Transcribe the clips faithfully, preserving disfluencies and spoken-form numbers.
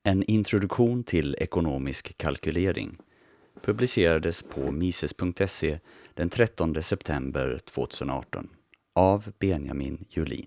En introduktion till ekonomisk kalkylering publicerades på mises punkt se den trettonde september tjugoarton av Benjamin Julin.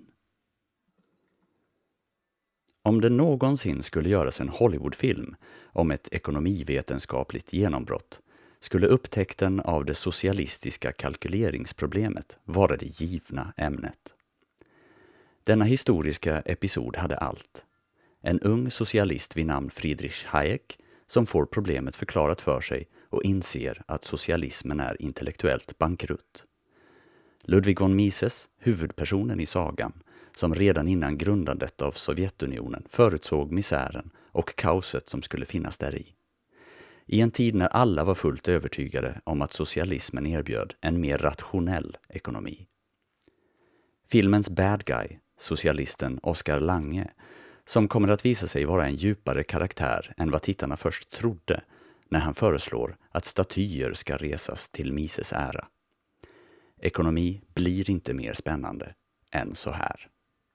Om det någonsin skulle göras en Hollywoodfilm om ett ekonomivetenskapligt genombrott skulle upptäckten av det socialistiska kalkyleringsproblemet vara det givna ämnet. Denna historiska episod hade allt. En ung socialist vid namn Friedrich Hayek som får problemet förklarat för sig och inser att socialismen är intellektuellt bankrutt. Ludwig von Mises, huvudpersonen i sagan, som redan innan grundandet av Sovjetunionen förutsåg misären och kaoset som skulle finnas där i. I en tid när alla var fullt övertygade om att socialismen erbjöd en mer rationell ekonomi. Filmens bad guy, socialisten Oskar Lange, som kommer att visa sig vara en djupare karaktär än vad tittarna först trodde när han föreslår att statyer ska resas till Mises ära. Ekonomi blir inte mer spännande än så här.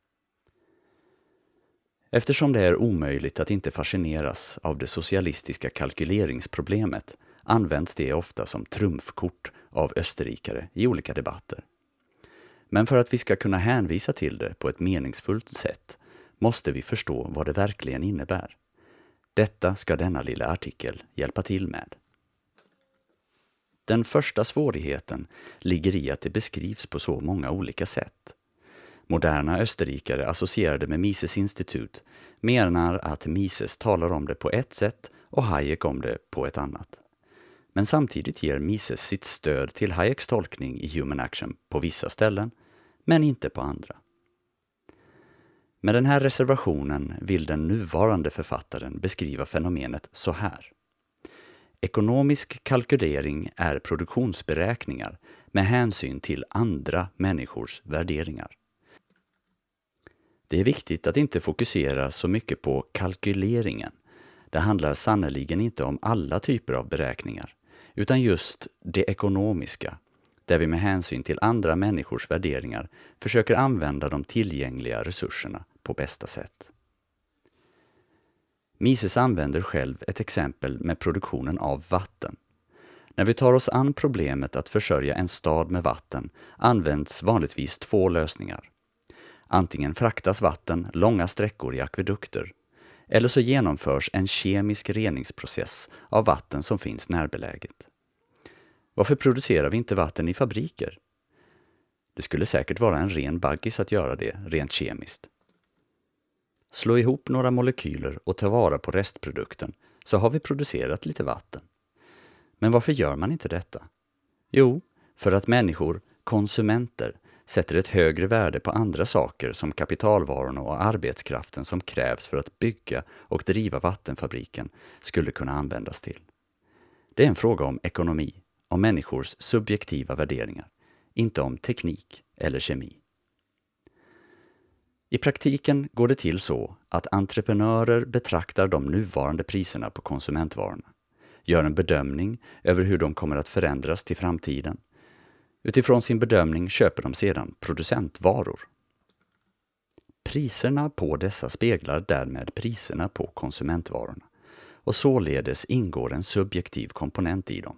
Eftersom det är omöjligt att inte fascineras av det socialistiska kalkyleringsproblemet används det ofta som trumfkort av österrikare i olika debatter. Men för att vi ska kunna hänvisa till det på ett meningsfullt sätt måste vi förstå vad det verkligen innebär. Detta ska denna lilla artikel hjälpa till med. Den första svårigheten ligger i att det beskrivs på så många olika sätt. Moderna österrikare associerade med Mises institut menar att Mises talar om det på ett sätt och Hayek om det på ett annat. Men samtidigt ger Mises sitt stöd till Hayeks tolkning i Human Action på vissa ställen, men inte på andra. Med den här reservationen vill den nuvarande författaren beskriva fenomenet så här. Ekonomisk kalkylering är produktionsberäkningar med hänsyn till andra människors värderingar. Det är viktigt att inte fokusera så mycket på kalkyleringen. Det handlar sannoliken inte om alla typer av beräkningar, utan just det ekonomiska, där vi med hänsyn till andra människors värderingar försöker använda de tillgängliga resurserna på bästa sätt. Mises använder själv ett exempel med produktionen av vatten. När vi tar oss an problemet att försörja en stad med vatten används vanligtvis två lösningar. Antingen fraktas vatten långa sträckor i akvedukter, eller så genomförs en kemisk reningsprocess av vatten som finns närbeläget. Varför producerar vi inte vatten i fabriker? Det skulle säkert vara en ren baggis att göra det rent kemiskt. Slå ihop några molekyler och ta vara på restprodukten så har vi producerat lite vatten. Men varför gör man inte detta? Jo, för att människor, konsumenter, sätter ett högre värde på andra saker som kapitalvarorna och arbetskraften som krävs för att bygga och driva vattenfabriken skulle kunna användas till. Det är en fråga om ekonomi, om människors subjektiva värderingar, inte om teknik eller kemi. I praktiken går det till så att entreprenörer betraktar de nuvarande priserna på konsumentvarorna, gör en bedömning över hur de kommer att förändras till framtiden. Utifrån sin bedömning köper de sedan producentvaror. Priserna på dessa speglar därmed priserna på konsumentvarorna och således ingår en subjektiv komponent i dem.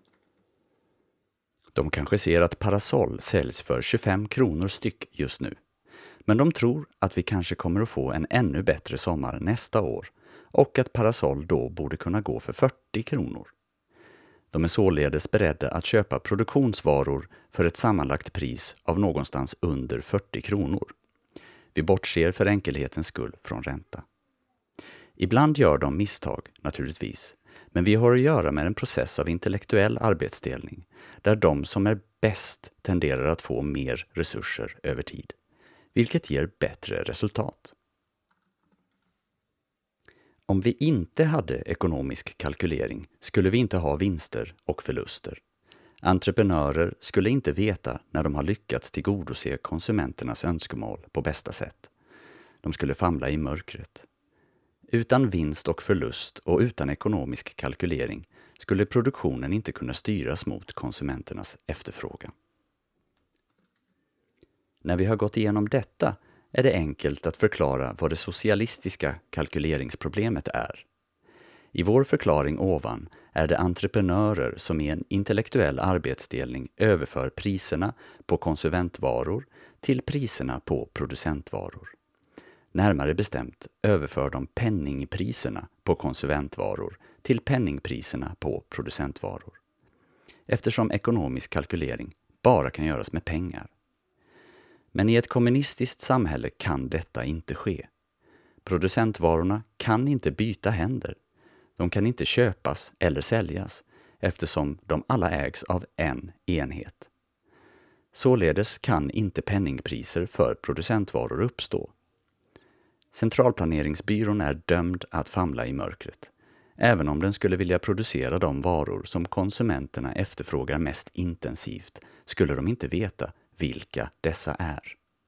De kanske ser att parasoll säljs för tjugofem kronor styck just nu. Men de tror att vi kanske kommer att få en ännu bättre sommar nästa år och att parasoll då borde kunna gå för fyrtio kronor. De är således beredda att köpa produktionsvaror för ett sammanlagt pris av någonstans under fyrtio kronor. Vi bortser för enkelhetens skull från ränta. Ibland gör de misstag, naturligtvis, men vi har att göra med en process av intellektuell arbetsdelning där de som är bäst tenderar att få mer resurser över tid, vilket ger bättre resultat. Om vi inte hade ekonomisk kalkylering skulle vi inte ha vinster och förluster. Entreprenörer skulle inte veta när de har lyckats tillgodose konsumenternas önskemål på bästa sätt. De skulle famla i mörkret. Utan vinst och förlust och utan ekonomisk kalkylering skulle produktionen inte kunna styras mot konsumenternas efterfrågan. När vi har gått igenom detta är det enkelt att förklara vad det socialistiska kalkyleringsproblemet är. I vår förklaring ovan är det entreprenörer som i en intellektuell arbetsdelning överför priserna på konsumentvaror till priserna på producentvaror. Närmare bestämt överför de penningpriserna på konsumentvaror till penningpriserna på producentvaror. Eftersom ekonomisk kalkylering bara kan göras med pengar. Men i ett kommunistiskt samhälle kan detta inte ske. Producentvarorna kan inte byta händer. De kan inte köpas eller säljas eftersom de alla ägs av en enhet. Således kan inte penningpriser för producentvaror uppstå. Centralplaneringsbyrån är dömd att famla i mörkret, även om den skulle vilja producera de varor som konsumenterna efterfrågar mest intensivt skulle de inte veta vilka dessa är.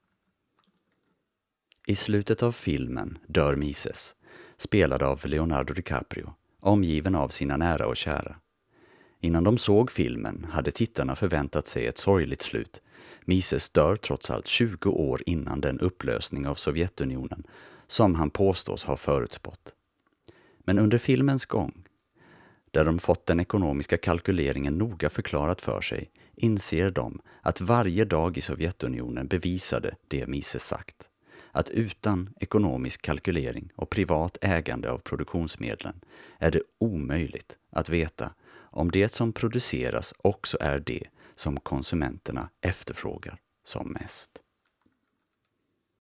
I slutet av filmen dör Mises, spelad av Leonardo DiCaprio, omgiven av sina nära och kära. Innan de såg filmen hade tittarna förväntat sig ett sorgligt slut. Mises dör trots allt tjugo år innan den upplösning av Sovjetunionen som han påstås ha förutspått. Men under filmens gång, där de fått den ekonomiska kalkyleringen noga förklarat för sig, inser de att varje dag i Sovjetunionen bevisade det Mises sagt. Att utan ekonomisk kalkylering och privat ägande av produktionsmedlen är det omöjligt att veta om det som produceras också är det som konsumenterna efterfrågar som mest.